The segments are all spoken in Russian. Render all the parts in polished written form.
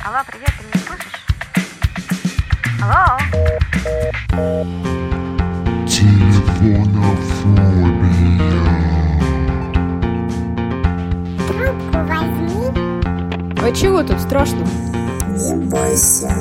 Алло, привет, ты меня слышишь? Алло? Трубку возьми. А чего тут страшно? Не бойся.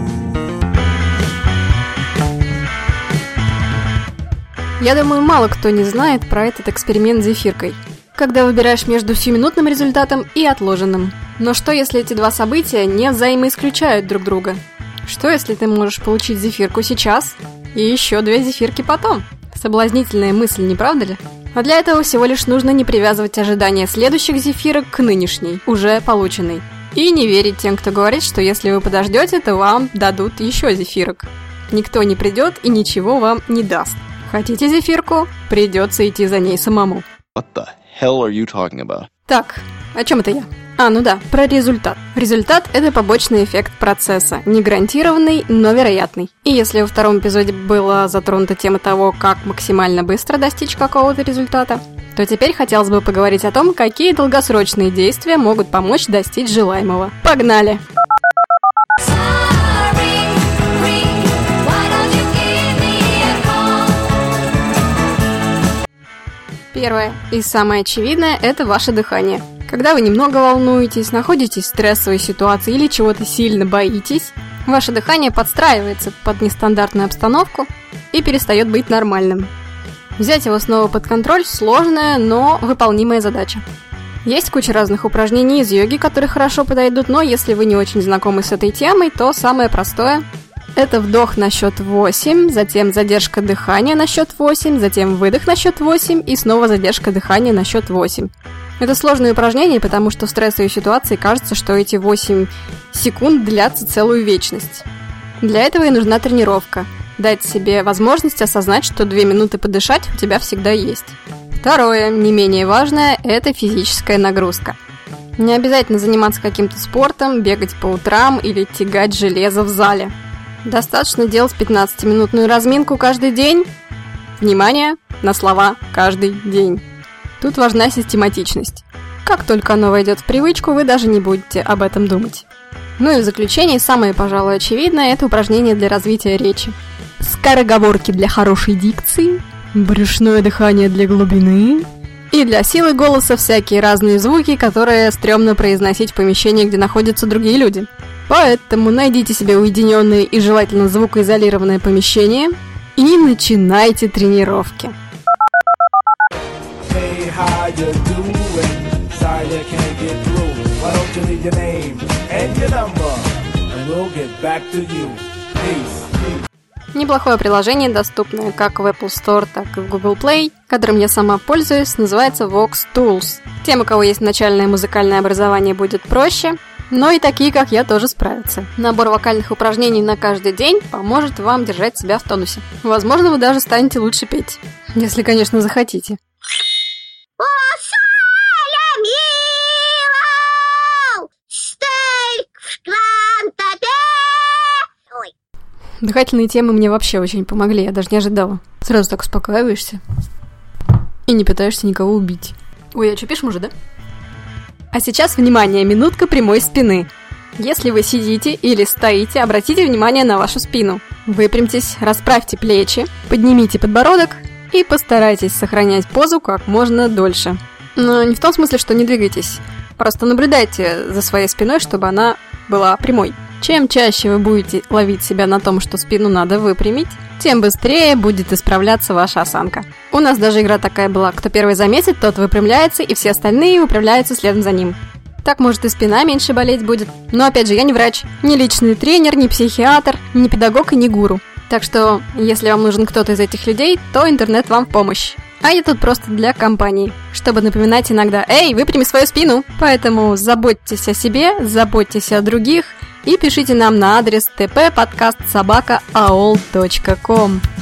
Я думаю, мало кто не знает про этот эксперимент с зефиркой, когда выбираешь между сиюминутным результатом и отложенным. Но что, если эти два события не взаимоисключают друг друга? Что, если ты можешь получить зефирку сейчас и еще 2 зефирки потом? Соблазнительная мысль, не правда ли? А для этого всего лишь нужно не привязывать ожидания следующих зефирок к нынешней, уже полученной. И не верить тем, кто говорит, что если вы подождете, то вам дадут еще зефирок. Никто не придет и ничего вам не даст. Хотите зефирку? Придется идти за ней самому. What the hell are you talking about? Так, о чем это я? Ну да, про результат. Результат – это побочный эффект процесса, не гарантированный, но вероятный. И если во втором эпизоде была затронута тема того, как максимально быстро достичь какого-то результата, то теперь хотелось бы поговорить о том, какие долгосрочные действия могут помочь достичь желаемого. Погнали! Первое и самое очевидное – это ваше дыхание. Когда вы немного волнуетесь, находитесь в стрессовой ситуации или чего-то сильно боитесь, ваше дыхание подстраивается под нестандартную обстановку и перестает быть нормальным. Взять его снова под контроль – сложная, но выполнимая задача. Есть куча разных упражнений из йоги, которые хорошо подойдут, но если вы не очень знакомы с этой темой, то самое простое – это вдох на счет 8, затем задержка дыхания на счет 8, затем выдох на счет 8 и снова задержка дыхания на счет 8. Это сложное упражнение, потому что в стрессовой ситуации кажется, что эти 8 секунд длятся целую вечность. Для этого и нужна тренировка. Дать себе возможность осознать, что 2 минуты подышать у тебя всегда есть. Второе, не менее важное, это физическая нагрузка. Не обязательно заниматься каким-то спортом, бегать по утрам или тягать железо в зале. Достаточно делать 15-минутную разминку каждый день. Внимание на слова «каждый день». Тут важна систематичность. Как только оно войдет в привычку, вы даже не будете об этом думать. Ну и в заключение, самое, пожалуй, очевидное – это упражнение для развития речи. Скороговорки для хорошей дикции, брюшное дыхание для глубины и для силы голоса всякие разные звуки, которые стрёмно произносить в помещении, где находятся другие люди. Поэтому найдите себе уединенное и желательно звукоизолированное помещение и начинайте тренировки. Неплохое приложение, доступное как в Apple Store, так и в Google Play, которым я сама пользуюсь, называется Vox Tools. Тем, у кого есть начальное музыкальное образование, будет проще, но и такие, как я, тоже справятся. Набор вокальных упражнений на каждый день поможет вам держать себя в тонусе. Возможно, вы даже станете лучше петь. Если, конечно, захотите. Дыхательные темы мне вообще очень помогли, я даже не ожидала. Сразу так успокаиваешься и не пытаешься никого убить. Ой, а что, пишем уже, да? А сейчас, внимание, минутка прямой спины. Если вы сидите или стоите, обратите внимание на вашу спину. Выпрямьтесь, расправьте плечи, поднимите подбородок и постарайтесь сохранять позу как можно дольше. Но не в том смысле, что не двигайтесь. Просто наблюдайте за своей спиной, чтобы она была прямой. Чем чаще вы будете ловить себя на том, что спину надо выпрямить, тем быстрее будет исправляться ваша осанка. У нас даже игра такая была: кто первый заметит, тот выпрямляется, и все остальные выпрямляются следом за ним. Так, может, и спина меньше болеть будет. Но, опять же, я не врач, не личный тренер, не психиатр, не педагог и не гуру. Так что, если вам нужен кто-то из этих людей, то интернет вам в помощь. А я тут просто для компании, чтобы напоминать иногда: «Эй, выпрями свою спину!» Поэтому заботьтесь о себе, заботьтесь о других и пишите нам на адрес tppodcast@aol.com.